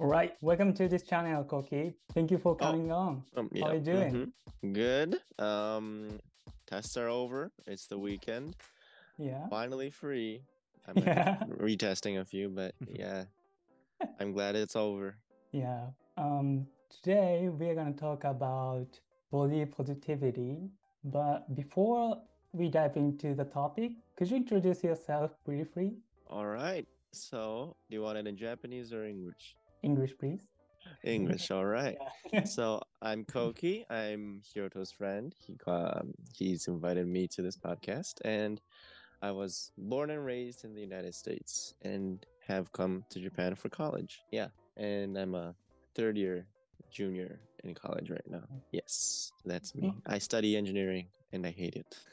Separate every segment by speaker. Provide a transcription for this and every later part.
Speaker 1: All right, welcome to this channel, Koki. Thank you for coming on. How
Speaker 2: Yeah.
Speaker 1: are you doing?
Speaker 2: Good. Tests are over. It's the weekend.
Speaker 1: Yeah.
Speaker 2: Finally free. I'm
Speaker 1: Yeah.
Speaker 2: retesting a few, but yeah, I'm glad it's over.
Speaker 1: Yeah. Today we're going to talk about body positivity. But before we dive into the topic, could you introduce yourself briefly?
Speaker 2: All right. So, do you want it in Japanese or English?
Speaker 1: English, please.
Speaker 2: English. All right.
Speaker 1: Yeah.
Speaker 2: So, I'm Koki. I'm Hiroto's friend. He's invited me to this podcast, and I was born and raised in the United States and have come to Japan for college. Yeah. And I'm a third year junior in college right now. Yes, that's me. I study engineering and I hate it.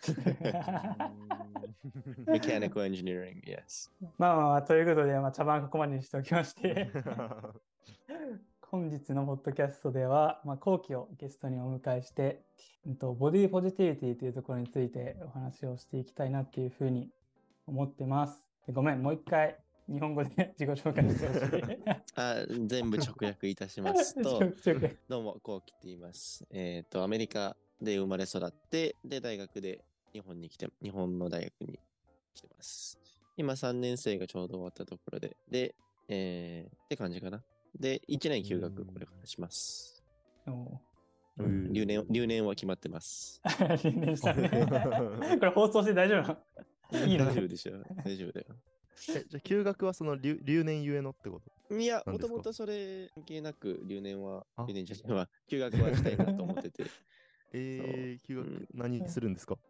Speaker 2: Mechanical engineering, yes.
Speaker 1: まあ、ということで、茶番ここまでにしておきまして、本日のポッドキャストでは、後期をゲストにお迎えして、ボディポジティビティというところについてお話をしていきたいなっていうふうに思ってます。ごめん、もう一回日本語で自己紹介してほしい。
Speaker 2: 全部直訳いたしますと、どうも、こうきって言います。アメリカで生まれ育って、で、大学で日本の大学に来てます。今3年生がちょうど終わったところで、って感じかな。で、1年休学これからします。留年は決まってます。
Speaker 1: 留年したね。これ放送して大丈夫なの？いいの？
Speaker 2: 大丈夫でしょ。大丈夫だよ。
Speaker 3: じゃあ休学はその留年ゆえのってこと
Speaker 2: いや、もともとそれ関係なく留年休学はしたいなと思ってて。
Speaker 3: 休学何するんですか？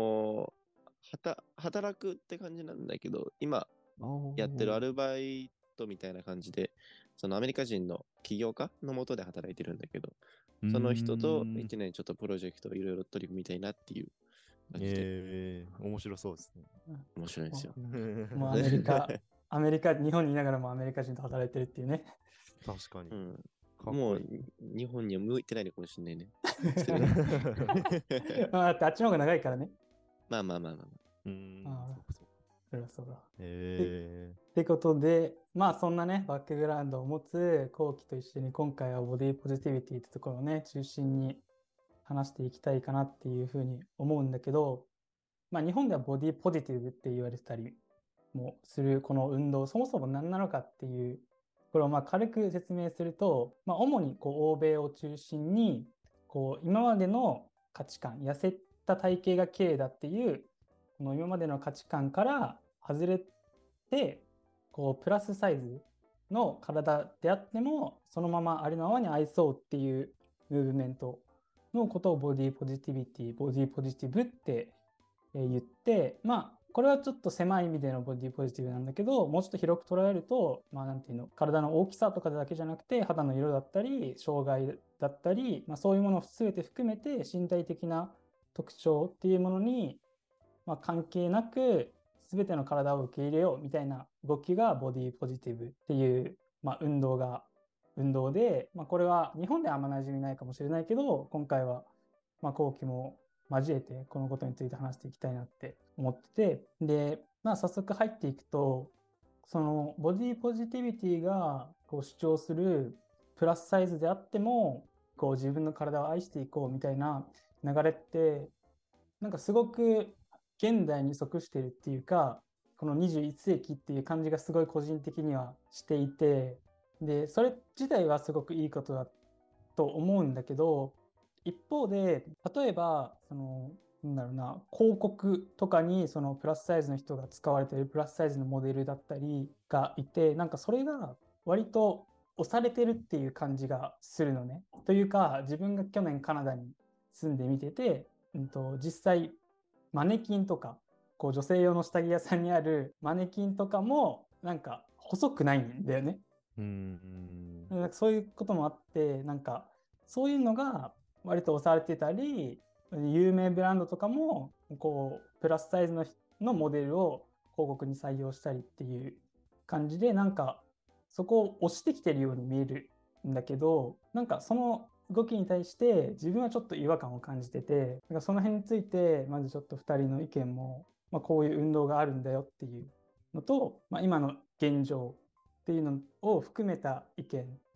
Speaker 2: 働くって感じなんだけど、今やってるアルバイトみたいな感じで、そのアメリカ人の起業家の下で働いてるんだけど、その人と1年ちょっとプロジェクトをいろいろ取り組みたいなっていう感じで。
Speaker 3: 面白そうですね。
Speaker 2: 面白いですよ。
Speaker 1: もうアメリカ、日本にいながらもアメリカ人と働いてるっていうね。
Speaker 3: 確かに。
Speaker 2: もう日本には向いてないのかもしれないね。
Speaker 1: だってあっちの方が長いからね。
Speaker 2: まあ。
Speaker 1: そうだ。ってことで、そんなね、バックグラウンドを持つ後期と一緒に今回はボディポジティビティってところをね、中心に話していきたいかなっていうふうに思うんだけど、日本ではボディポジティブって言われてたりもするこの運動、そもそも何なのかっていう、これを軽く説明すると、主に欧米を中心に、今までの価値観、痩せた体型が綺麗だっていう、この今までの価値観から外れて、プラスサイズの体であっても、そのままありのままに愛そうっていうムーブメントのことをボディポジティビティ、ボディポジティブって言って、これはちょっと狭い意味でのボディポジティブなんだけど、もうちょっと広く捉えると、なんていうの、体の大きさとかだけじゃなくて、肌の色だったり、障害だったり、そういうものを全て含めて身体的な特徴っていうものに、関係なく、全ての体を受け入れようみたいな動きがボディポジティブっていう、運動で、これは日本ではあんま馴染みないかもしれないけど、今回は、後期も交えてこのことについて話していきたいなって思ってて、で、早速入っていくと、そのボディポジティビティが主張するプラスサイズであっても、自分の体を愛していこうみたいな流れって、なんかすごく現代に即してるっていうか、この21世紀っていう感じがすごい個人的にはしていて、で、それ自体はすごくいいことだと思うんだけど、一方で、例えば、広告とかにそのプラスサイズの人が使われているプラスサイズのモデルだったりがいて、なんかそれが割と押されてるっていう感じがするのね。というか、自分が去年カナダに住んでみてて、実際マネキンとか、女性用の下着屋さんにあるマネキンとかもなんか細くないんだよね。そういうこともあって、なんかそういうのが割と押されてたり、有名ブランドとかもプラスサイズのモデルを広告に採用したりっていう感じで、なんかそこを押してきてるように見えるんだけど、なんかその動きに対して自分はちょっと違和感を感じてて、だからその辺についてまずちょっと2人の意見も、こういう運動があるんだよっていうのと、今の現状っていうのを含めた意見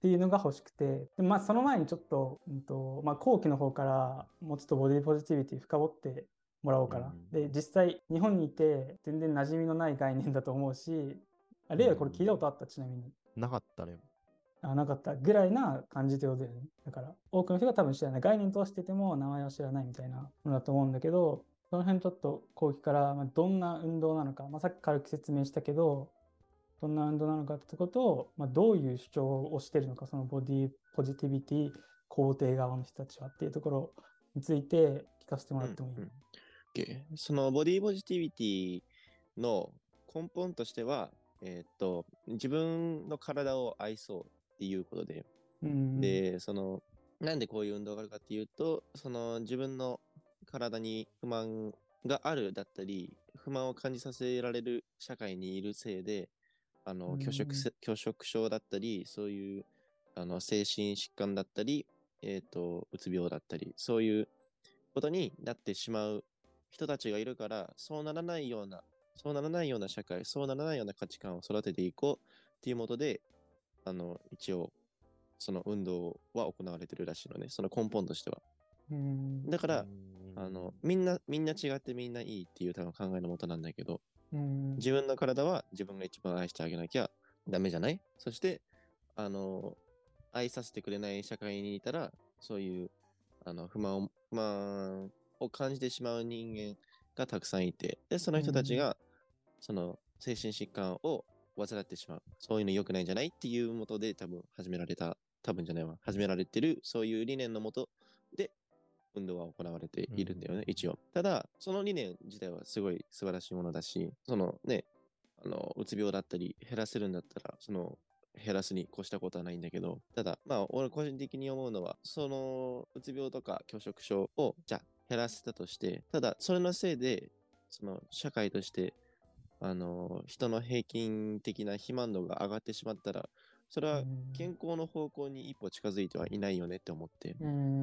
Speaker 1: っていうのが欲しくて、でまあ、その前にちょっと、まあ、後期の方からもうちょっとボディポジティビティ深掘ってもらおうかな。で、実際日本にいて全然馴染みのない概念だと思うし、レイはこれ聞いたことあった、ちなみに。
Speaker 3: なかったね。
Speaker 1: なかったぐらいな感じってことだよね。だから多くの人が多分知らない。概念としてても名前を知らないみたいなのだと思うんだけど、その辺ちょっと後期からどんな運動なのか、さっき軽く説明したけど、どんな運動なのかってことを、どういう主張をしてるのか、そのボディポジティビティ肯定側の人たちはっていうところについて聞かせてもらってもいい、
Speaker 2: そのボディポジティビティの根本としては、自分の体を愛そうっていうことで、で、なんでこういう運動があるかっていうと、自分の体に不満があるだったり、不満を感じさせられる社会にいるせいで、拒食症だったり、そういう精神疾患だったり、うつ病だったり、そういうことになってしまう人たちがいるから、そうならないような社会、そうならないような価値観を育てていこうっていうもとで、一応、その運動は行われてるらしいのね、その根本としては。だから、みんな違ってみんないいっていう多分考えのもとなんだけど、自分の体は自分が一番愛してあげなきゃダメじゃない？そして、愛させてくれない社会にいたら、そういう、不満を感じてしまう人間がたくさんいて、で、その人たちが、その精神疾患を患ってしまう。そういうの良くないんじゃないっていうもとで始められてる、そういう理念のもとで、運動は行われているんだよね、一応。ただ、その理念自体はすごい素晴らしいものだし、うつ病だったり、減らせるんだったら、減らすに越したことはないんだけど、ただ、俺個人的に思うのは、うつ病とか拒食症を、じゃあ減らせたとして、ただ、それのせいで、社会として、人の平均的な肥満度が上がってしまったら、それは健康の方向に一歩近づいてはいないよねって思って。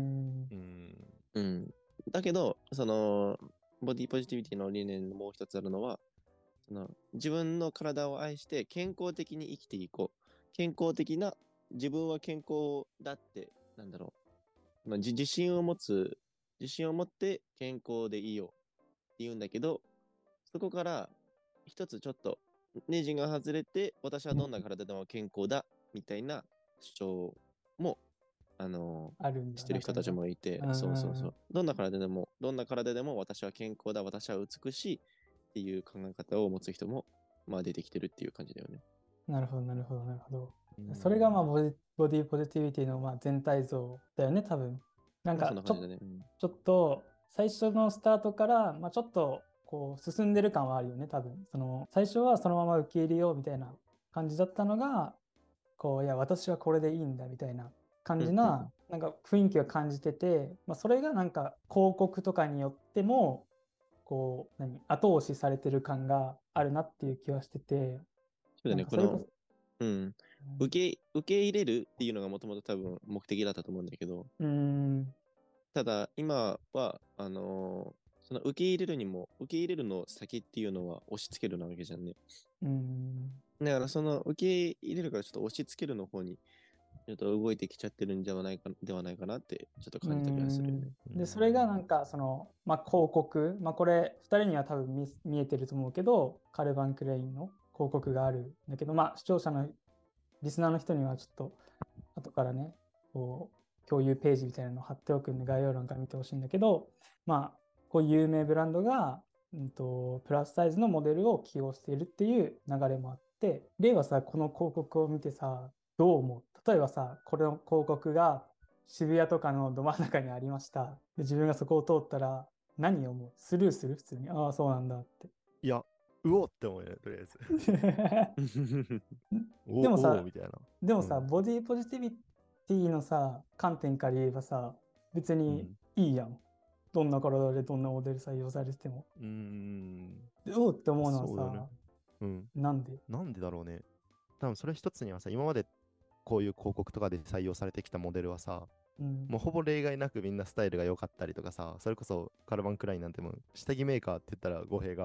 Speaker 2: だけど、ボディポジティビティの理念のもう一つあるのは、自分の体を愛して健康的に生きていこう。健康的な、自分は健康だって、自信を持って健康でいいよって言うんだけど、そこから一つちょっとネジが外れて、私はどんな体でも健康だみたいな主張も、してる人たちもいて、そう。どんな体でも私は健康だ、私は美しいっていう考え方を持つ人も、出てきてるっていう感じだよね。
Speaker 1: なるほど。それがボディポジティビティの全体像だよね、多分。ちょっと最初のスタートから、ちょっとこう進んでる感はあるよね、多分。最初はそのまま受け入れようみたいな感じだったのが、いや、私はこれでいいんだみたいな感じな、雰囲気を感じてて、それが広告とかによっても、後押しされてる感があるなっていう気はしてて。
Speaker 2: そうだね、受け入れるっていうのがもともと多分目的だったと思うんだけど、ただ今は、その受け入れるの先っていうのは押し付けるなわけじゃんね。だからその受け入れるからちょっと押し付けるの方にちょっと動いてきちゃってるんではないかなってちょっと感じた気がするよね。
Speaker 1: で、それが広告、これ2人には多分見えてると思うけど、カルバン・クレインの広告があるんだけど、視聴者のリスナーの人にはちょっと後からね、共有ページみたいなのを貼っておくんで概要欄から見てほしいんだけど、こういう有名ブランドが、プラスサイズのモデルを起用しているっていう流れもあって、例はさ、この広告を見てさ、どう思う？例えばさ、これの広告が渋谷とかのど真ん中にありました。で、自分がそこを通ったら何を思う？スルーする？普通に。ああ、そうなんだって。
Speaker 3: いや、うおって思うよね、とりあえず。
Speaker 1: でもさ、ボディポジティビティのさ、観点から言えばさ、別にいいやん。どんな体でどんなモデル採用されても。おうって思うのはさ、なんで
Speaker 3: だろうね。多分それ一つにはさ、今までこういう広告とかで採用されてきたモデルはさ、もうほぼ例外なくみんなスタイルが良かったりとかさ、それこそカルバン・クラインなんても下着メーカーって言ったら語弊がある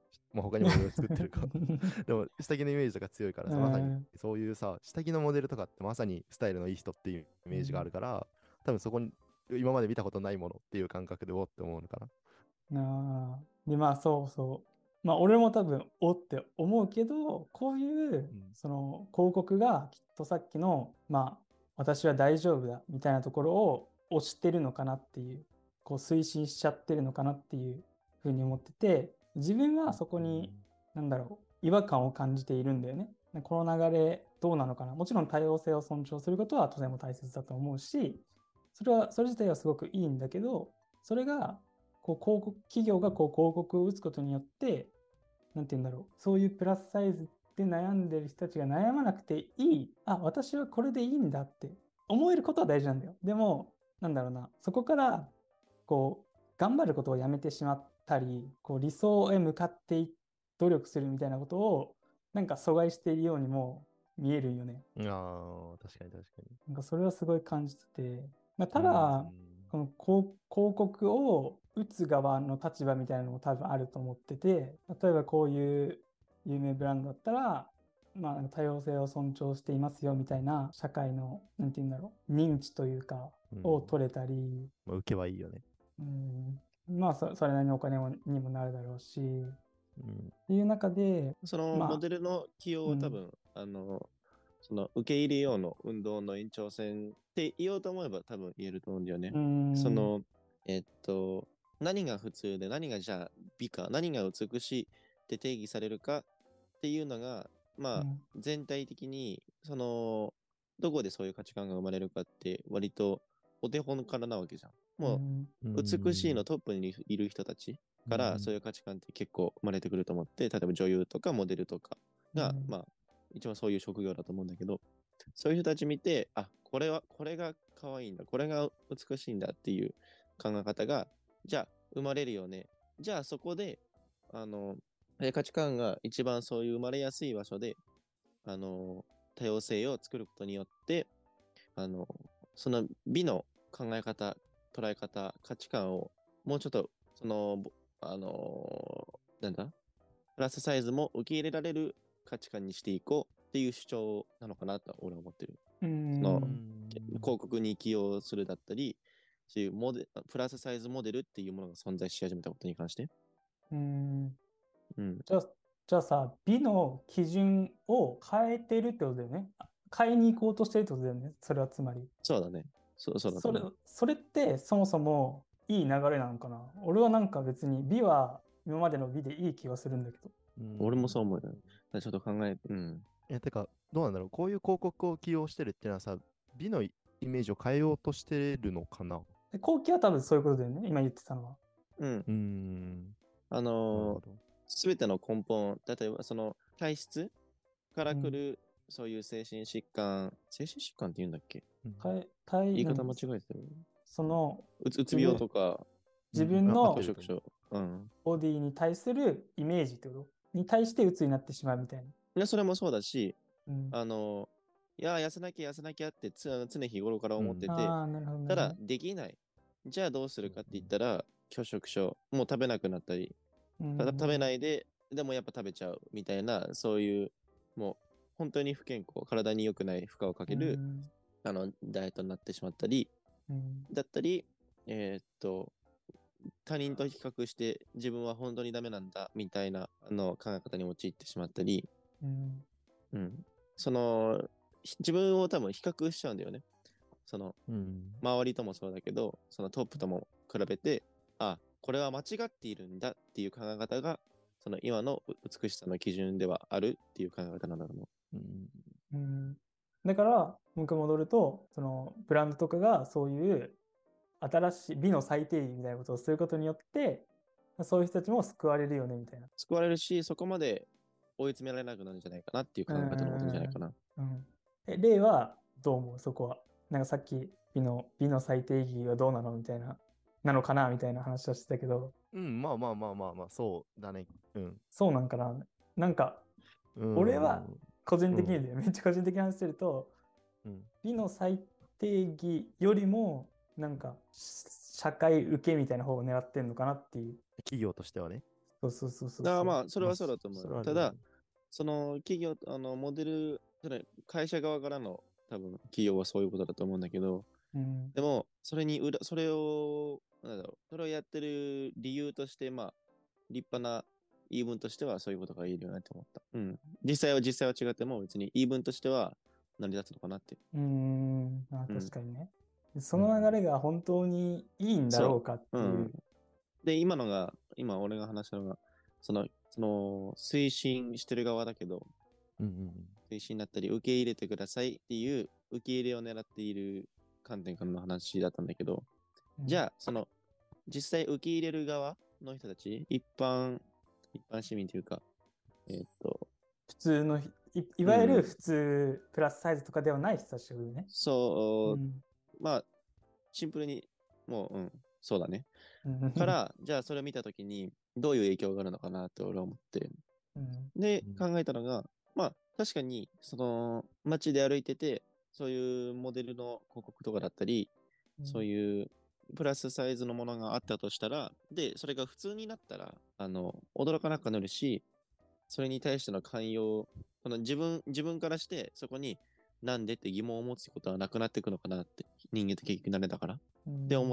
Speaker 3: まあ、他にモデル作ってるか。でも、下着のイメージとか強いからさ、まさにそういうさ、下着のモデルとかってまさにスタイルのいい人っていうイメージがあるから、多分そこに今まで見たことないものっていう感覚でおって思うのかな。
Speaker 1: で、まあそうそう。まあ俺も多分おって思うけど、こういうその広告がきっとさっきの、まあ私は大丈夫だみたいなところを推してるのかなっていう、こう推進しちゃってるのかなっていうふうに思ってて、自分はそこに、なんだろう、違和感を感じているんだよね。この流れどうなのかな。もちろん多様性を尊重することはとても大切だと思うし、それ自体はすごくいいんだけど、それがこう広告、企業がこう広告を打つことによって、なんて言うんだろう、そういうプラスサイズで悩んでる人たちが悩まなくていい、あ、私はこれでいいんだって思えることは大事なんだよ。でも、なんだろうな、そこからこう頑張ることをやめてしまったり、こう理想へ向かって努力するみたいなことをなんか阻害しているようにも見えるよね。
Speaker 3: ああ、確かに確かに。
Speaker 1: なんかそれはすごい感じてて、ただ、この広告を打つ側の立場みたいなのも多分あると思ってて、例えばこういう有名ブランドだったら、まあ、多様性を尊重していますよみたいな社会の、なんて言うんだろう、認知というか、を取れたり、
Speaker 3: まあ、受けはいいよね。
Speaker 1: まあそれなりにお金にもなるだろうし、っていう中で、
Speaker 2: そのモデルの起用を多分、その受け入れようの運動の延長線って言おうと思えば多分言えると思うんだよね。その、何が普通で何がじゃあ美か、何が美しいって定義されるかっていうのが、まあ、全体的に、その、どこでそういう価値観が生まれるかって割とお手本からなわけじゃん。もう、美しいのトップにいる人たちからそういう価値観って結構生まれてくると思って、例えば女優とかモデルとかが、まあ、一番そういう職業だと思うんだけど、そういう人たち見て、あ、これが可愛いんだ、これが美しいんだっていう考え方が、じゃあ生まれるよね。じゃあそこで、価値観が一番そういう生まれやすい場所で、多様性を作ることによって、その美の考え方、捉え方、価値観をもうちょっと、なんだプラスサイズも受け入れられる価値観にしていこうっていう主張なのかなと俺は思ってる。その広告に起用するだったり、そういうプラスサイズモデルっていうものが存在し始めたことに関して。
Speaker 1: じゃあさ、美の基準を変えてるってことだよね。変えに行こうとしてるってことだよね。それはつまり。
Speaker 2: そうだね。そうだと
Speaker 1: それってそもそもいい流れなのかな。俺はなんか別に美は今までの美でいい気がするんだけど。
Speaker 2: 俺もそう思うよ。ちょっと考え、
Speaker 3: てか、どうなんだろう。こういう広告を起用してるっていうのはさ、美のイメージを変えようとしてるのかな。
Speaker 1: 後期は多分そういうことだよね。今言ってたのは。
Speaker 2: すべての根本、例えばその体質から来る、そういう精神疾患って言うんだっけ？言い方間違えてる。
Speaker 1: その
Speaker 2: うつ病とか、
Speaker 1: 自分のボディに対するイメージってことに対してうつになってしまうみたいな。
Speaker 2: いや、それもそうだし、いや、痩せなきゃって常日頃から思ってて、ただできない。じゃあどうするかって言ったら、拒食症、もう食べなくなったり、食べないで、でもやっぱ食べちゃうみたいな、そういう、もう本当に不健康、体に良くない負荷をかける、ダイエットになってしまったり、だったり、他人と比較して自分は本当にダメなんだみたいな考え方に陥ってしまったり、その自分を多分比較しちゃうんだよね。その、周りともそうだけど、そのトップとも比べて、あ、これは間違っているんだっていう考え方が、その今の美しさの基準ではあるっていう考え方なんだと思う。
Speaker 1: だから、もう一回戻ると、そのブランドとかがそういう新しい美の最低限みたいなことをすることによって、そういう人たちも救われるよねみたいな。
Speaker 2: 救われるし、そこまで追い詰められなくなるんじゃないかなっていう考え方のことじゃないかな。
Speaker 1: 例はどう思うそこは。なんかさっき美の最低限はどうなのみたいな、なのかなみたいな話をしてたけど。
Speaker 3: まあ、そうだね。
Speaker 1: そうなんかな。なんか、俺は個人的にめっちゃ個人的に話してると、美の最低限よりも、なんか、社会受けみたいな方を狙ってんのかなっていう。
Speaker 3: 企業としてはね。
Speaker 1: そうそうそうそう。
Speaker 2: だからまあ、それはそうだと思う。
Speaker 3: それはある
Speaker 2: ただ、その企業、モデル、会社側からの多分企業はそういうことだと思うんだけど、でも、それを、なんだろう、それをやってる理由として、まあ、立派な言い分としてはそういうことが言えるよなって思った。うん。実際は違っても別に言い分としては成り立つのかなって。
Speaker 1: 確かにね。その流れが本当にいいんだろうかっていう。
Speaker 2: で、今俺が話したのが、推進してる側だけど、推進だったり、受け入れてくださいっていう、受け入れを狙っている観点からの話だったんだけど、じゃあ、実際受け入れる側の人たち、一般市民というか、
Speaker 1: 普通の、いわゆる普通プラスサイズとかではない人たちね。
Speaker 2: そう、まあ、シンプルに、もう、そうだね。から、じゃあそれを見たときに、どういう影響があるのかなって俺は思って。で、考えたのが、まあ、確かに、街で歩いてて、そういうモデルの広告とかだったり、そういうプラスサイズのものがあったとしたら、で、それが普通になったら、驚かなくなるし、それに対しての寛容、自分からして、そこに、なんでって疑問を持つことはなくなっていくのかなって、人間って結局慣れだから。って思って、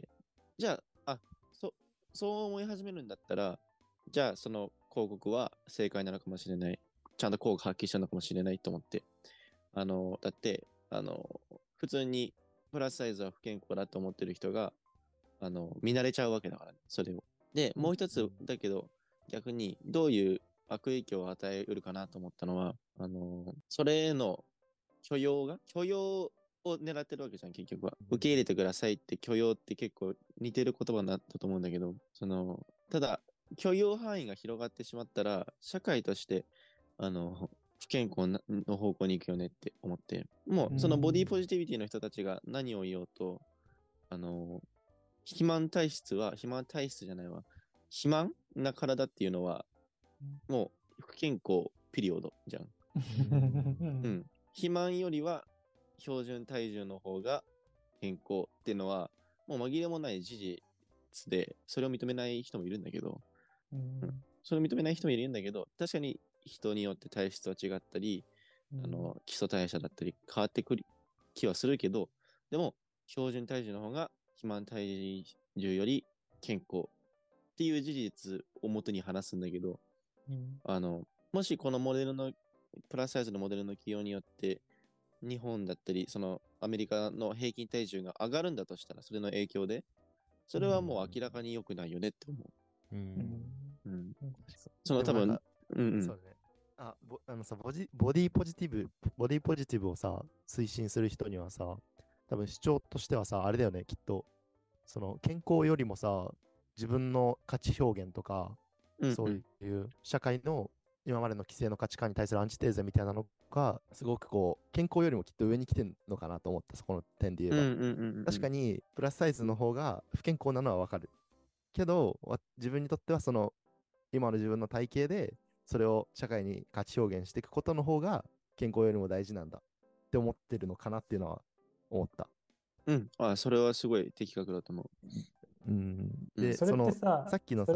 Speaker 2: じゃあ、そう思い始めるんだったら、じゃあその広告は正解なのかもしれない。ちゃんと効果発揮したのかもしれないと思って。だって、普通にプラスサイズは不健康だと思ってる人が、見慣れちゃうわけだからね、それを。で、もう一つ、だけど、逆にどういう悪影響を与えうるかなと思ったのは、それへの許容を狙ってるわけじゃん、結局は。受け入れてくださいって許容って結構似てる言葉になったと思うんだけど、ただ、許容範囲が広がってしまったら、社会として、不健康の方向に行くよねって思って、もうそのボディポジティビティの人たちが何を言おうと、肥満体質じゃないわ。肥満な体っていうのは、もう不健康ピリオドじゃん。肥満よりは標準体重の方が健康っていうのは、もう紛れもない事実で、それを認めない人もいるんだけど、それを認めない人もいるんだけど、確かに人によって体質は違ったり、基礎代謝だったり変わってくる気はするけど、でも、標準体重の方が肥満体重より健康っていう事実をもとに話すんだけど、もしこのプラスサイズのモデルの起用によって、日本だったり、そのアメリカの平均体重が上がるんだとしたら、それの影響で、それはもう明らかに良くないよねって思う。その多分、
Speaker 3: そうね。ボディポジティブをさ、推進する人にはさ、多分主張としてはさ、あれだよね、きっと。その健康よりもさ、自分の価値表現とか、そういう社会の今までの規制の価値観に対するアンチテーゼみたいなのが、すごくこう、健康よりもきっと上に来てるのかなと思った、そこの点で言えば。確かに、プラスサイズの方が不健康なのはわかる。けど、自分にとっては今の自分の体型で、それを社会に価値表現していくことの方が健康よりも大事なんだって思ってるのかなっていうのは思った。
Speaker 2: それはすごい的確だと思う。
Speaker 1: で、それってさ
Speaker 3: っきのさ、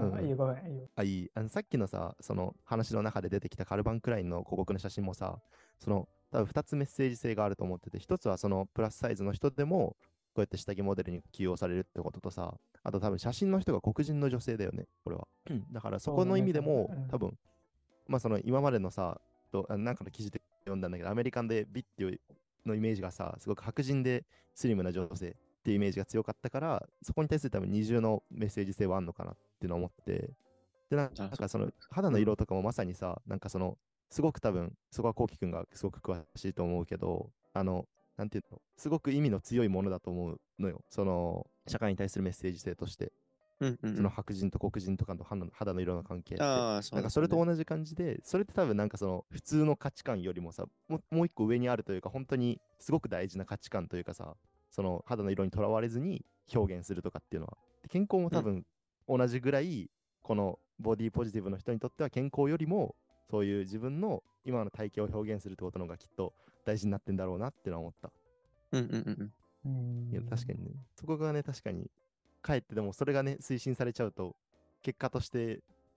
Speaker 1: さ
Speaker 3: っきのさ、その話の中で出てきたカルバン・クラインの広告の写真もさ、多分2つメッセージ性があると思ってて、1つはそのプラスサイズの人でも、こうやって下着モデルに起用されるってこととさ、あと多分写真の人が黒人の女性だよね、これは。だからそこの意味でも、多分、まあその今までのさ、なんかの記事で読んだんだけど、アメリカンで美っていうのイメージがさ、すごく白人でスリムな女性っていうイメージが強かったから、そこに対する多分二重のメッセージ性はあるのかなっていうのを思って、で、なんかその肌の色とかもまさにさ、なんかすごく多分、そこはこうきくんがすごく詳しいと思うけど、なんていうの、すごく意味の強いものだと思うのよ。社会に対するメッセージ性として。その白人と黒人とかの肌の色の関係って。なんかそれと同じ感じで、それって多分なんか普通の価値観よりもさ、もう一個上にあるというか、本当にすごく大事な価値観というかさ、その肌の色にとらわれずに表現するとかっていうのは。健康も多分同じぐらい、このボディポジティブの人にとっては健康よりも、そういう自分の今の体型を表現するってことの方がきっと大事になってんだろうなってのは思った。いや、確かにね。そこがね、確かに、かえってでもそれがね、推進されちゃうと、結果として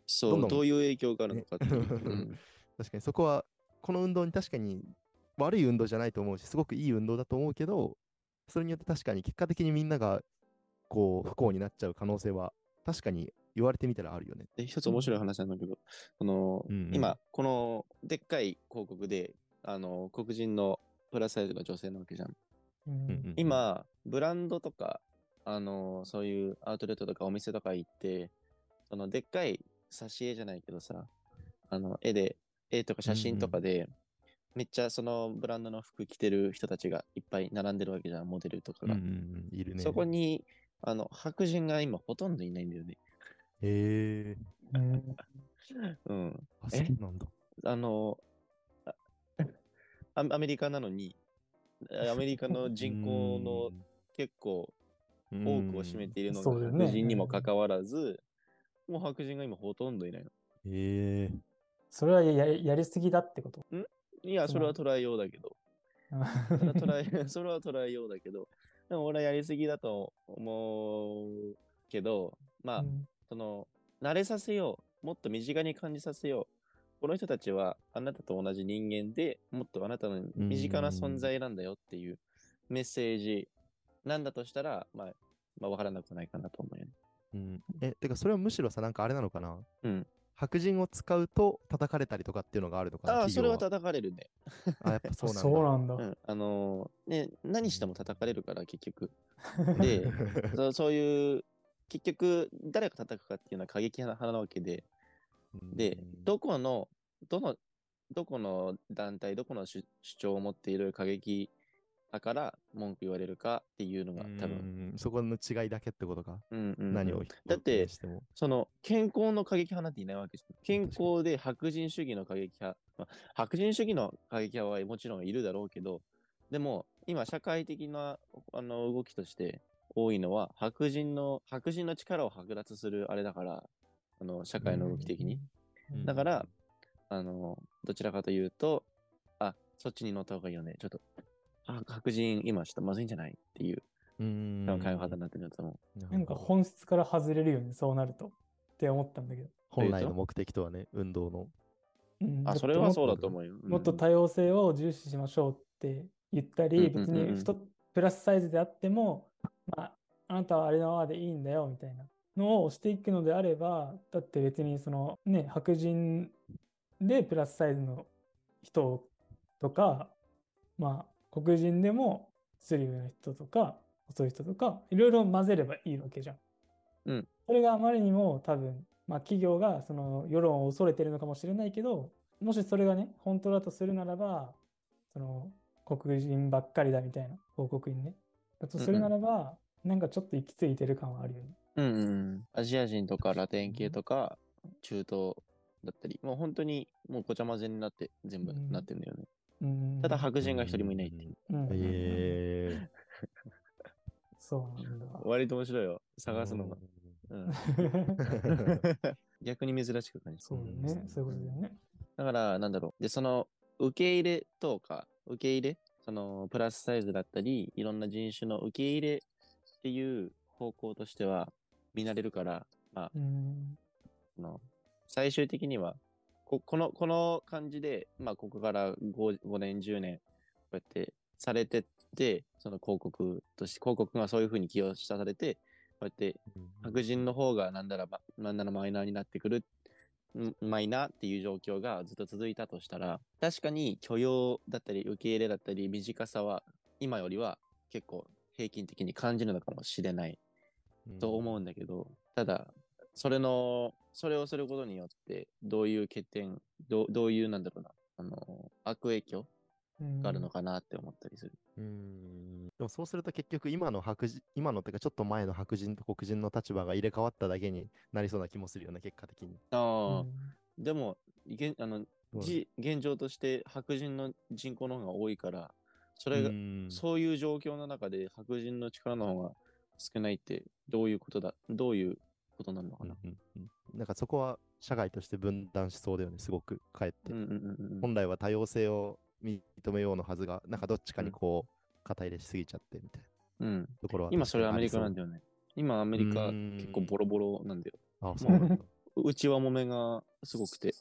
Speaker 2: そう、
Speaker 3: どんどん、
Speaker 2: どういう影響があるの
Speaker 3: ね、
Speaker 2: かっていう。うん。
Speaker 3: 確かにそこは、この運動に確かに悪い運動じゃないと思うし、すごくいい運動だと思うけど、それによって確かに結果的にみんながこう不幸になっちゃう可能性は確かに言われてみたらあるよね。
Speaker 2: で、一つ面白い話なんだけど、
Speaker 3: うんうん。
Speaker 2: 今、このでっかい広告で、黒人のプラスサイズの女性なわけじゃん。
Speaker 1: うん
Speaker 3: うんうんうん。
Speaker 2: 今、ブランドとか、そういうアウトレットとかお店とか行って、そのでっかい挿絵じゃないけどさ、絵とか写真とかで、めっちゃそのブランドの服着てる人たちがいっぱい並んでるわけじゃん、モデルとか
Speaker 3: うんう
Speaker 2: が。
Speaker 3: んうん。いる
Speaker 2: そ
Speaker 3: ね。
Speaker 2: こに、白人が今ほとんどいないんだよね。
Speaker 3: へえ。
Speaker 1: うん。
Speaker 2: うん。
Speaker 3: あ、そうなんだ。
Speaker 2: あの、あアメリカなのに、アメリカの
Speaker 3: うー
Speaker 2: 人口の
Speaker 3: ん。
Speaker 2: 結構
Speaker 3: うー
Speaker 2: 多くを占め
Speaker 3: ん。
Speaker 2: ているのが
Speaker 1: そうだよね。
Speaker 2: 白人にもか
Speaker 1: うん。
Speaker 2: かわらず、もう白人が今ほとんどいない
Speaker 3: へえ。
Speaker 1: それはやりすぎだってこと？
Speaker 2: の。いや、
Speaker 1: つまり。
Speaker 2: それは捉えようだけど。それは捉えようだけど。でも俺はやりすぎだと思うけど、まあ、
Speaker 1: うん。
Speaker 2: その、慣れさせよう。もっと身近に感じさせよう。この人たちはあなたと同じ人間で、もっとあなたの
Speaker 3: うー
Speaker 2: 身近な存
Speaker 3: ん。
Speaker 2: 在なんだよっていうメッセージなんだとしたら、わからなくないかなと思うよね。
Speaker 3: うん。てかそれはむしろさ、なんかあれなのかな。
Speaker 2: うん。
Speaker 3: 白人を使うと叩かれたりとかっていうのがあるのかな、
Speaker 2: ああ、それは
Speaker 3: 企業は。
Speaker 2: 叩かれるね。
Speaker 3: あ、やっぱ
Speaker 1: あ、
Speaker 3: そうなんだ。
Speaker 1: そうなんだ。
Speaker 2: うん。ね、何しても
Speaker 3: うん
Speaker 2: 叩かれるから、結局。で、そういう、結局、誰が叩くかっていうのは過激派なわけで、
Speaker 3: う
Speaker 2: で、
Speaker 3: ん
Speaker 2: どの、どこの団体、どこの主張を持っている過激派から文句言われるかっていうの
Speaker 3: う
Speaker 2: が多分、
Speaker 3: ん。そこの違いだけってことか。
Speaker 2: うんうんうん。
Speaker 3: 何を
Speaker 2: だって、
Speaker 3: 表現しても。
Speaker 2: その、健康の過激派なんていないわけです。健
Speaker 3: 確かに。
Speaker 2: 康で白人主義の過激派。白人主義の過激派はもちろんいるだろうけど、でも、今、社会的な、動きとして多いのは、白人の力を剥奪するあれだから、社
Speaker 1: う
Speaker 2: 会の動き的に。
Speaker 1: ん。うん。
Speaker 2: だから、どちらかというと、そっちに乗った方がいいよね。ちょっと、白人、今ちょっとまずいんじゃないっていう、
Speaker 3: う
Speaker 2: 多分会話
Speaker 3: ん。
Speaker 2: 方になってるんだと思う。
Speaker 1: なんか
Speaker 3: なるほど。
Speaker 1: 本質から外れるよね、そうなると。って思ったんだけど。
Speaker 2: というと、
Speaker 3: 本来の目的とはね、運動の。
Speaker 1: うん、だ
Speaker 2: それは
Speaker 1: って
Speaker 2: そうだと思うよ。うん
Speaker 1: もっと多様性を重視しましょうって言ったり、
Speaker 2: うんうん
Speaker 1: 別
Speaker 2: うんうん。
Speaker 1: にプラスサイズであっても、まあ、あなたはあれのままでいいんだよみたいなのをしていくのであれば、だって別にそのね、白人でプラスサイズの人とか、まあ、黒人でもスリムな人とか、細い人とか、いろいろ混ぜればいいわけじゃん。
Speaker 2: うん。
Speaker 1: それがあまりにも多分、まあ、企業がその世論を恐れてるのかもしれないけど、もしそれがね、本当だとするならば、その黒人ばっかりだみたいな広告にね。だとするな
Speaker 2: うんうん。
Speaker 1: らば、なんかちょっと行き過ぎてる感はあるよね。
Speaker 2: うんうん。アジア人とかラテン系
Speaker 1: うん。
Speaker 2: とか、中東だったり、もう本当にもうごちゃ混ぜになって全部なっ
Speaker 1: うん。
Speaker 2: てるんだよね。
Speaker 1: うん。
Speaker 2: ただ白
Speaker 3: う
Speaker 2: 人が一人もいないってい
Speaker 3: ん。
Speaker 1: うん。うん。
Speaker 3: ええ
Speaker 1: そうなん
Speaker 2: う。
Speaker 1: だ。
Speaker 2: 割と面白いよ。
Speaker 3: ー。
Speaker 2: 探すのが。うん。逆に珍しく感じ。
Speaker 1: そうだよね。そういうことだよね。
Speaker 2: だから、なんだろう。で、その、受け入れとか、受け入れ、その、プラスサイズだったり、いろんな人種の受け入れっていう方向としては、見慣れるから、
Speaker 1: うん。
Speaker 2: あの最終的には、この感じで、ここから5年、10年、こうやってされてって、その広告がそういうふうに起用されて、こうやって白人の方がなんならマイナーになってくる、マイナーっていう状況がずっと続いたとしたら、確かに許容だったり受け入れだったり短さは今よりは結構平均的に感じるのかもしれないと思うんだけど、ただ、それをすることによって、どういう欠点、どういう、なんだろうな、悪影響があるのかなって思ったりする。
Speaker 3: でもそうすると結局今のってかちょっと前の白人と黒人の立場が入れ替わっただけになりそうな気もするよね、結果的に。
Speaker 2: ああ、
Speaker 1: うん。
Speaker 2: でも、現状として白人の人口の方が多いから、
Speaker 3: うーん。
Speaker 2: そういう状況の中で白人の力の方が少ないってどういうことなのかな。
Speaker 3: なんかそこは社会として分断しそうだよね、すごく、かえって。
Speaker 2: うんうんうんうん。
Speaker 3: 本来は多様性を認めようのはずが、なんかどっちかに
Speaker 2: うん
Speaker 3: こう、肩入れしすぎちゃってみたいな
Speaker 2: うん。
Speaker 3: ところは確か
Speaker 2: 今それアメリカ
Speaker 3: にありそう。
Speaker 2: なんだよね。今アメ
Speaker 3: う
Speaker 2: リカ結構
Speaker 3: ーん。
Speaker 2: ボロボロなんだよ。
Speaker 3: あ、そう
Speaker 2: もう
Speaker 3: なんだ。
Speaker 2: 内輪もめがすごくて。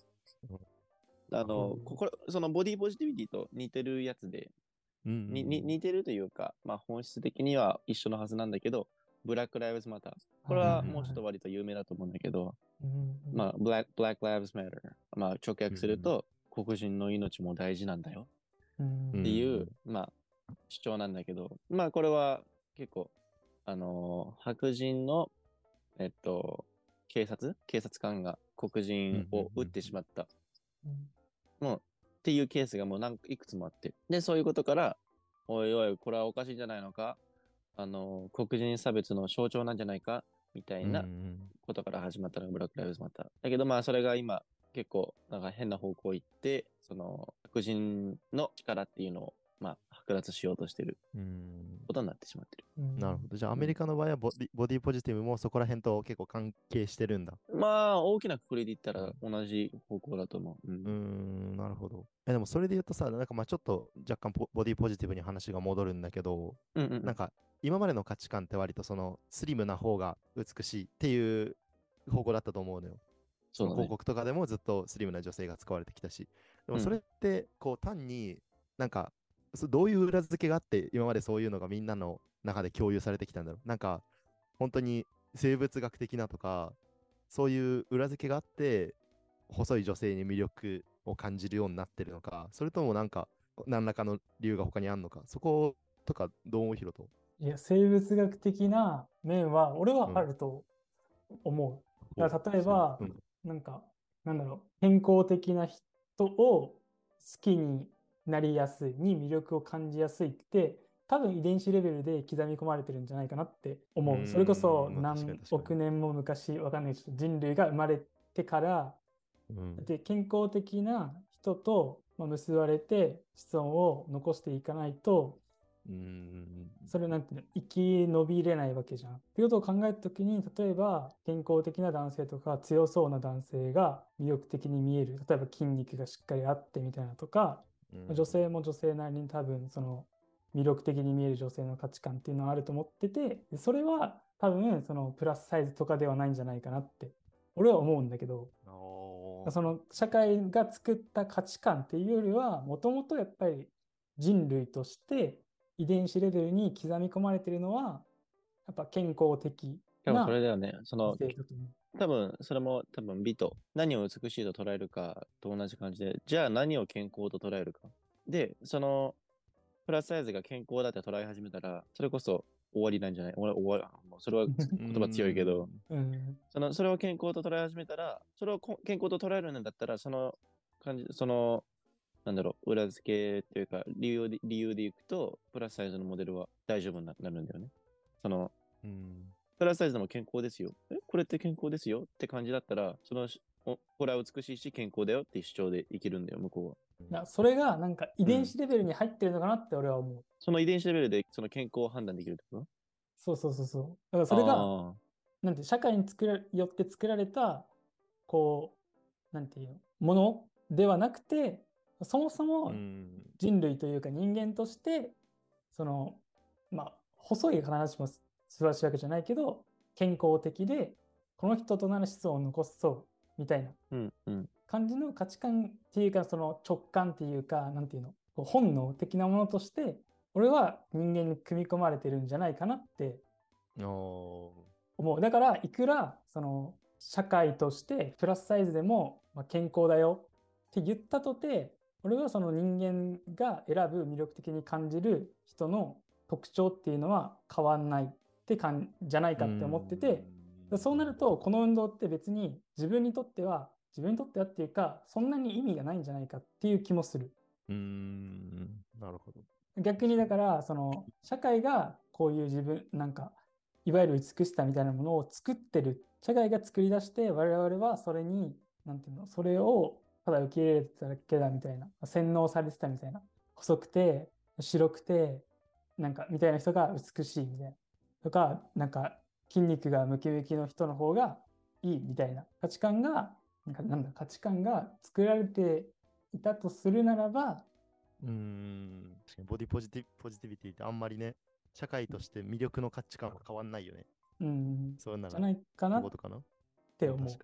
Speaker 2: そのボディポジティビティと似てるやつで、似てるというか、まあ本質的には一緒のはずなんだけど、ブラック・ライブズ・マター。これはもうちょっと割と有名だと思うんだけど、まあ、Black Lives Matter。まあ直訳すると、黒人の命も大事なんだよ。っていう、まあ、主張なんだけど、まあこれは結構、白人の、警察官が黒人を撃ってしまった。もう、っていうケースがもういくつもあって。で、そういうことから、おいおい、これはおかしいんじゃないのか、黒人差別の象徴なんじゃないかみたいなことから始まったのがブラック・ライブズ・マター。だけどまあそれが今結構なんか変な方向行って、その白人の力っていうのをまあ剥奪しようとしてることになってしまってる。
Speaker 3: なるほど。じゃあアメリカの場合はボディポジティブもそこら辺と結構関係してるんだ。
Speaker 2: まあ大きな括りで言ったら同じ方向だと思う。
Speaker 3: なるほど。でもそれで言うとさ、なんかまあちょっと若干ボディポジティブに話が戻るんだけど、なんか今までの価値観って割とそのスリムな方が美しいっていう方向だったと思うのよ。その広告とかでもずっとスリムな女性が使われてきたし。でもそれってこう単になんかどういう裏付けがあって今までそういうのがみんなの中で共有されてきたんだろう。なんか本当に生物学的なとかそういう裏付けがあって細い女性に魅力を感じるようになってるのか、それともなんか何らかの理由が他にあるのか、そことかどう思う？ヒロト。
Speaker 1: いや、生物学的な面は俺はあると思う。だから例えば、なんか、なんだろう、健康的な人を好きになりやすい、に魅力を感じやすいって、多分遺伝子レベルで刻み込まれてるんじゃないかなって思う。それこそ何億年も昔、わかんないけど、人類が生まれてから、で健康的な人と結ばれて子孫を残していかないと、それなんていうの、生き延びれないわけじゃん。っていうことを考えたときに、例えば健康的な男性とか強そうな男性が魅力的に見える。例えば筋肉がしっかりあってみたいなとか、女性も女性なりに多分その魅力的に見える女性の価値観っていうのはあると思ってて、それは多分そのプラスサイズとかではないんじゃないかなって俺は思うんだけど、その社会が作った価値観っていうよりは、もともとやっぱり人類として遺伝子レベルに刻み込まれているのは、やっぱ健康的な。
Speaker 2: それだよね。多分、それも多分美と、何を美しいと捉えるかと同じ感じで、じゃあ何を健康と捉えるか。で、その、プラスサイズが健康だって捉え始めたら、それこそ終わりなんじゃない？それは言葉強いけど、それを健康と捉え始めたら、それを健康と捉えるんだったら、その感じ、なんだろう、裏付けというか、理由でいくと、プラスサイズのモデルは大丈夫になるんだよね。プラスサイズでも健康ですよ。これって健康ですよって感じだったら、これは美しいし健康だよっていう主張で生きるんだよ、向こ
Speaker 1: うは。それがなんか遺伝子レベルに入ってるのかなって俺は思う。
Speaker 2: その遺伝子レベルでその健康を判断できるってこと？
Speaker 1: そう。だからそれが、なんて社会によって作られた、こう、なんていうものではなくて、そもそも人類というか人間として、その、まあ、細い話も素晴らしいわけじゃないけど、健康的で、この人となる子孫を残そうみたいな感じの価値観っていうか、その直感っていうか、なんていうの、本能的なものとして、俺は人間に組み込まれてるんじゃないかなって思う。だから、いくら、その、社会としてプラスサイズでも健康だよって言ったとて、俺はその人間が選ぶ魅力的に感じる人の特徴っていうのは変わんないってじゃないかって思ってて、そうなるとこの運動って別に自分にとってはっていうか、そんなに意味がないんじゃないかっていう気もする。
Speaker 3: なるほど。
Speaker 1: 逆にだからその社会がこういう自分なんかいわゆる美しさみたいなものを作ってる、社会が作り出して、我々はそれになんていうの、それをただ受け入れてただけだみたいな、洗脳されてたみたいな、細くて白くてなんかみたいな人が美しいみたいなとか、なんか筋肉がムキムキの人の方がいいみたいな価値観が価値観が作られていたとするならば、
Speaker 3: 確かにボディポジティビティってあんまりね、社会として魅力の価値観は変わんないよね。
Speaker 1: そうなら
Speaker 3: じゃないかなって思う。
Speaker 1: 確かに。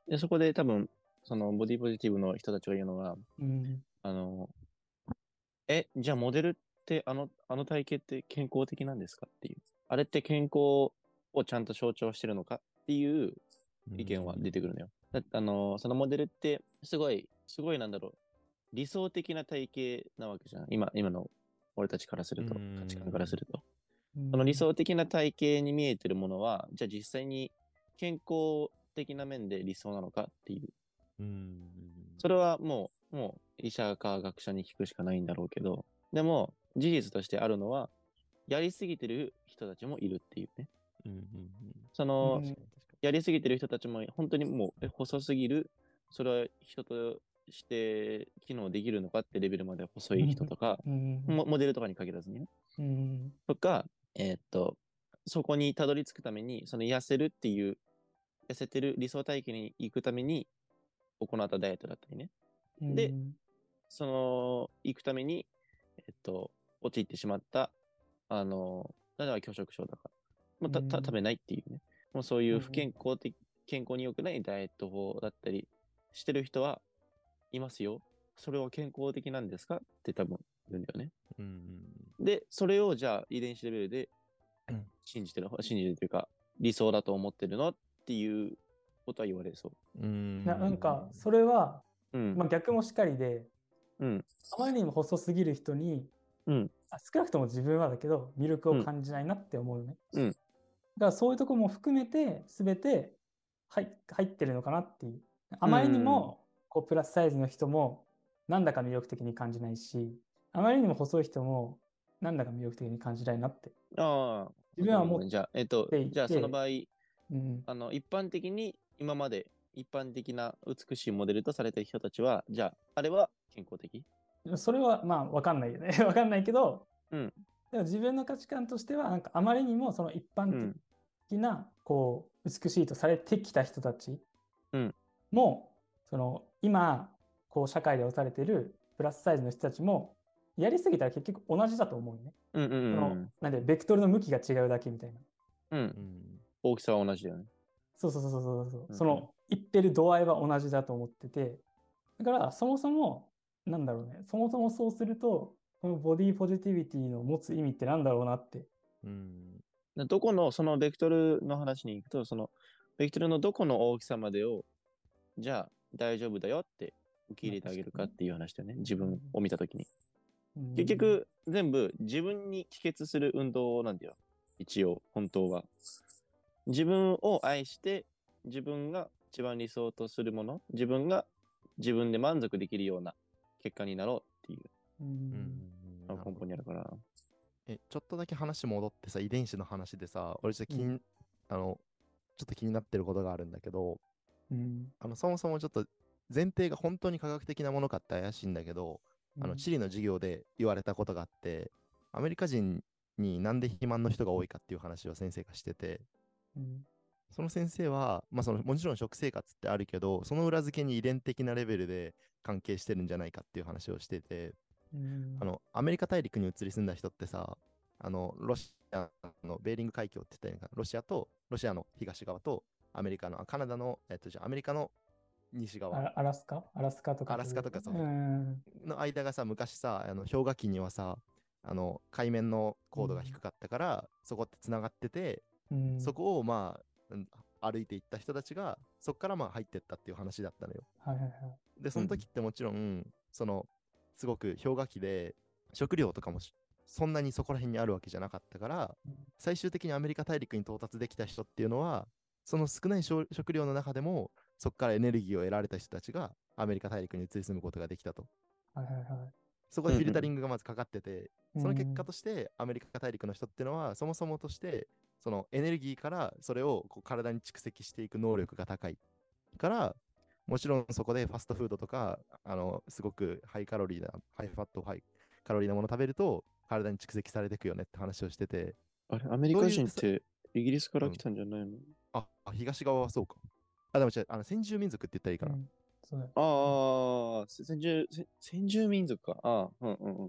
Speaker 2: で、そこで多分、そのボディポジティブの人たちが言うのは、あの、じゃあモデルってあの体型って健康的なんですかっていう。あれって健康をちゃんと象徴してるのかっていう意見は出てくるのよ。そのモデルってすごいなんだろう。理想的な体型なわけじゃん。今の俺たちからすると、価値観からすると。その理想的な体型に見えてるものは、じゃあ実際に健康的な面で理想なのかっていう。それはもう医者か学者に聞くしかないんだろうけど、でも事実としてあるのは、やりすぎてる人たちもいるっていうね。その、やりすぎてる人たちも本当にもう細すぎる、それは人として機能できるのかってレベルまで細い人とか、モデルとかに限らずにね。とか、そこにたどり着くために、その痩せるっていう、痩せてる理想体型に行くために行ったダイエットだったりね。で、その、行くために、陥ってしまった、例えば拒食症とか、もう食べないっていうね。もうそういう不健康的、健康に良くないダイエット法だったりしてる人はいますよ。それは健康的なんですかって多分言うんだよね。で、それをじゃあ遺伝子レベルで信じてるというか、理想だと思ってるのっていうことは言われそう。
Speaker 1: なんか、それは、まあ、逆もしかりで、あまりにも細すぎる人に、少なくとも自分はだけど、魅力を感じないなって思うね。だからそういうところも含めて、すべて入ってるのかなっていう。あまりにもこうプラスサイズの人もなんだか魅力的に感じないし、あまりにも細い人もなんだか魅力的に感じないなって。自分は思っていて。
Speaker 2: じゃあその場合、一般的に今まで一般的な美しいモデルとされている人たちは、じゃああれは健康的？
Speaker 1: それはまあ分かんないよね。分かんないけど、でも自分の価値観としてはなんかあまりにもその一般的なこう美しいとされてきた人たちも、その今こう社会で押されているプラスサイズの人たちもやりすぎたら結局同じだと思うね。なんでベクトルの向きが違うだけみたいな。
Speaker 2: 大きさは同じだよね。
Speaker 1: そう。その言ってる度合いは同じだと思ってて、だからそもそもなんだろうね。そもそもそうするとこのボディポジティビティの持つ意味ってなんだろうなって。
Speaker 2: どこのそのベクトルの話に行くと、そのベクトルのどこの大きさまでをじゃあ大丈夫だよって受け入れてあげるかっていう話だよね。自分を見たときに。結局、全部自分に帰結する運動なんだよ。一応、本当は。自分を愛して、自分が一番理想とするもの、自分が自分で満足できるような結果になろうっていう、根本にあるから。
Speaker 3: ちょっとだけ話戻ってさ、遺伝子の話でさ、俺ちょっとちょっと気になってることがあるんだけど、そもそもちょっと前提が本当に科学的なものかって怪しいんだけど、地理の授業で言われたことがあって、アメリカ人になんで肥満の人が多いかっていう話を先生がしてて、その先生は、まあ、もちろん食生活ってあるけど、その裏付けに遺伝的なレベルで関係してるんじゃないかっていう話をしてて、アメリカ大陸に移り住んだ人ってさ、ロシアのベーリング海峡って言ったらいいのかな、ロシアの東側とカナダの、アメリカの西側。
Speaker 1: アラスカとか。
Speaker 3: アラスカとかそう。の間がさ、昔さ、氷河期にはさ、海面の高度が低かったから、そこってつながってて、そこをまあ、歩いていった人たちが、そこからまあ入ってったっていう話だったのよ。で、その時ってもちろん、すごく氷河期で、食料とかもそんなにそこら辺にあるわけじゃなかったから、最終的にアメリカ大陸に到達できた人っていうのは、その少ない食料の中でも、そこからエネルギーを得られた人たちがアメリカ大陸に移り住むことができたと。そこでフィルタリングがまずかかってて、その結果としてアメリカ大陸の人っていうのは、そもそもとしてそのエネルギーからそれをこう体に蓄積していく能力が高いから、もちろんそこでファストフードとかすごくハイカロリーなハイファットハイカロリーなもの食べると体に蓄積されていくよねって話をしてて、
Speaker 2: あれアメリカ人ってイギリスから来たんじゃないの？
Speaker 3: 東側はそうか。でも先住民族って言ったらいいかな。
Speaker 2: 先住民族か。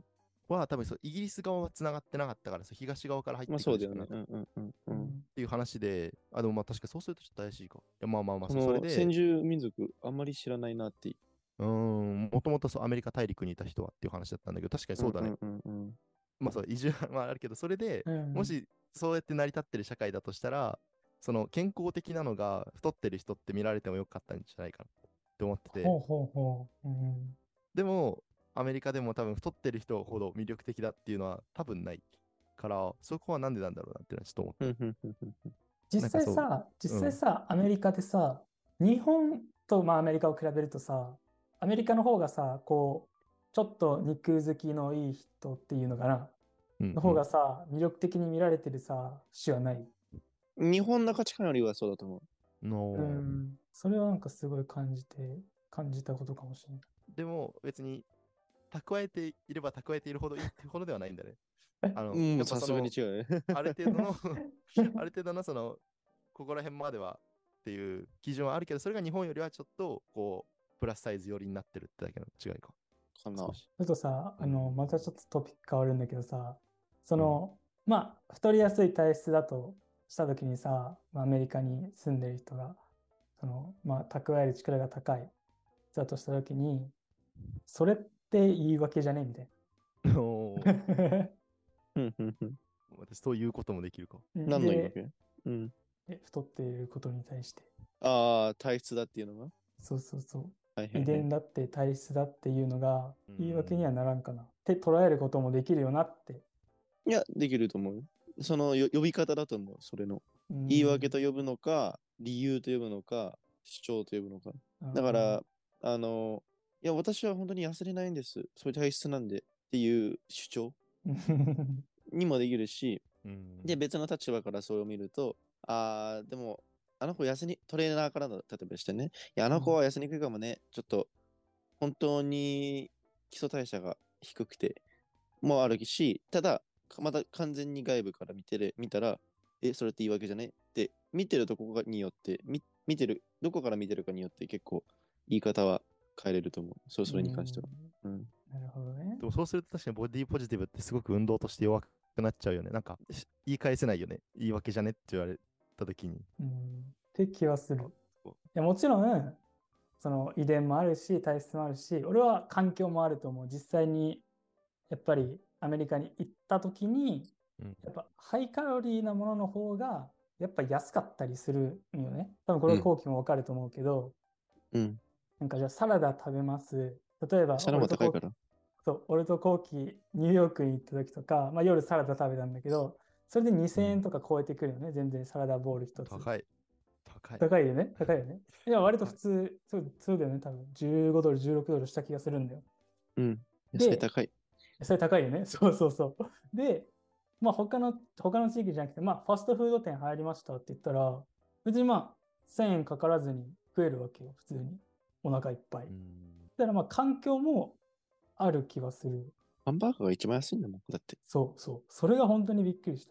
Speaker 3: は多分そうイギリス側は繋がってなかったから、そう東側から入ってく
Speaker 2: そうだよね。
Speaker 3: るしかなくっていう話で、でもまあ確かそうするとちょっと怪しいか。いやまあまあまあ、
Speaker 2: こ
Speaker 3: それで、
Speaker 2: の先住民族、あんまり知らないなっていう。
Speaker 3: もともとそうアメリカ大陸にいた人はっていう話だったんだけど、確かにそうだね。まあそう、移住はまああるけど、それで、もしそうやって成り立ってる社会だとしたら、その健康的なのが太ってる人って見られてもよかったんじゃないかなって思ってて、でも、アメリカでも多分太ってる人ほど魅力的だっていうのは多分ないから、そこはなんでなんだろうなっていうのはちょっと思って。
Speaker 1: 実際さ、アメリカでさ、日本とまあアメリカを比べるとさ、アメリカの方がさ、こう、ちょっと肉好きのいい人っていうのかな、の方がさ、魅力的に見られてるさ、節はない。
Speaker 2: 日本の価値観よりはそうだと思
Speaker 3: う。
Speaker 1: それはなんかすごい感じたことかもしれない。
Speaker 3: でも別に蓄えていれば蓄えているほどいいってほどではないんだね。
Speaker 2: さすがに違うね。
Speaker 3: ある程度のその、ここら辺まではっていう基準はあるけど、それが日本よりはちょっと、こう、プラスサイズ寄りになってるってだけの違いか。
Speaker 2: かな。
Speaker 1: ちょっとさ、またちょっとトピック変わるんだけどさ、まあ、太りやすい体質だとしたときにさ、アメリカに住んでる人が、まあ、蓄える力が高いだとしたときに、それって言い訳じゃねみたいな。
Speaker 3: 私、そういうこともできるか。
Speaker 2: 何の言い訳？
Speaker 1: 太っていることに対して。
Speaker 2: ああ、体質だっていうのが？
Speaker 1: そうそうそう。遺伝だって体質だっていうのが言い訳にはならんかなって捉えることもできるよなって。
Speaker 2: いや、できると思う。その呼び方だと思う。それの。言い訳と呼ぶのか、理由と呼ぶのか、主張と呼ぶのか。だから、いや、私は本当に痩せれないんです。そういう体質なんでっていう主張にもできるし、で、別の立場からそれを見ると、でも、あの子トレーナーからの、例えばしてね、いや、あの子は痩せにくいかもね、ちょっと、本当に基礎代謝が低くて、もあるし、ただ、また完全に外部から見たら、それって言い訳じゃねって、見てるとこによって、どこから見てるかによって結構言い方は変えれると思う。それに関しては。
Speaker 1: なるほどね。
Speaker 3: でもそうすると確かにボディポジティブってすごく運動として弱くなっちゃうよね。なんか言い返せないよね。言い訳じゃねって言われた時に。
Speaker 1: って気はする。いやもちろん、その遺伝もあるし、体質もあるし、俺は環境もあると思う。実際に、やっぱりアメリカに行った時に、やっぱハイカロリーなものの方が、やっぱ安かったりするんよね。多分これは後期もわかると思うけど、なんかじゃあサラダ食べます。例えば、
Speaker 2: サラダ高いから。
Speaker 1: そう、俺と後期ニューヨークに行った時とか、まあ、夜サラダ食べたんだけど、それで2000円とか超えてくるよね。全然サラダボール一つ。高いよね。高いよね。いや、割と普通、そうだよね。多分15ドル、16ドルした気がするんだよ。
Speaker 2: 野菜高い。
Speaker 1: 野菜高いよね。そうそうそう。で、まあ他の地域じゃなくて、まあファストフード店入りましたって言ったら、別にまあ1000円かからずに食えるわけよ。普通に。お腹いっぱい。だからまあ環境もある気はする。
Speaker 2: ハンバーガーが一番安いんだもん、だって。
Speaker 1: そう。それが本当にびっくりした。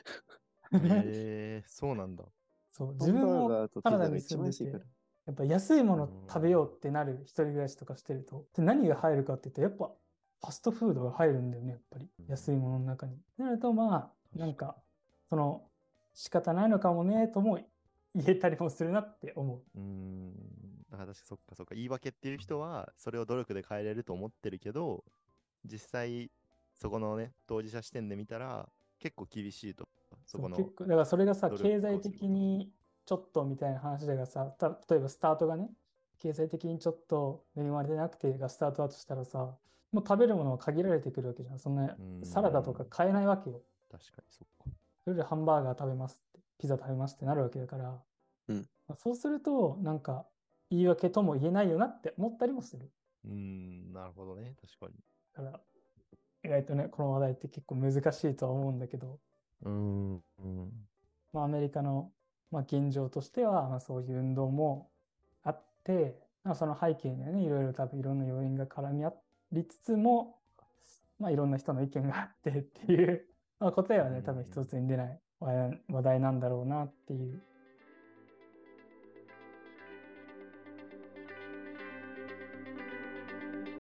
Speaker 3: そうなんだ。
Speaker 1: そう、自分もカナダに住んでて、やっぱ安いもの食べようってなる一人暮らしとかしてると、で何が入るかって言ったら、やっぱファストフードが入るんだよね、やっぱり。安いものの中に。なると、まあ、なんか、仕方ないのかもね、とも言えたりもするなって思う。
Speaker 3: だからそっか。言い訳っていう人は、それを努力で変えれると思ってるけど、実際、そこのね、当事者視点で見たら、結構厳しいと。
Speaker 1: 結構、だからそれがさ、経済的にちょっとみたいな話だがさ、例えばスタートがね、経済的にちょっと恵まれてなくてがスタートだとしたらさ、もう食べるものは限られてくるわけじゃん。そんなサラダとか買えないわけよ。
Speaker 3: 確かにそっか。
Speaker 1: それでハンバーガー食べますって、ピザ食べますってなるわけだから、そうすると、なんか言い訳とも言えないよなって思ったりもする。
Speaker 3: なるほどね。確かに。
Speaker 1: だから、意外とね、この話題って結構難しいとは思うんだけど、まあ、アメリカの、まあ、現状としては、まあ、そういう運動もあって、まあ、その背景にはね、いろいろ多分いろんな要因が絡み合りつつも、まあ、いろんな人の意見があってっていう、まあ、答えはね、多分一つに出ない話題なんだろうなっていう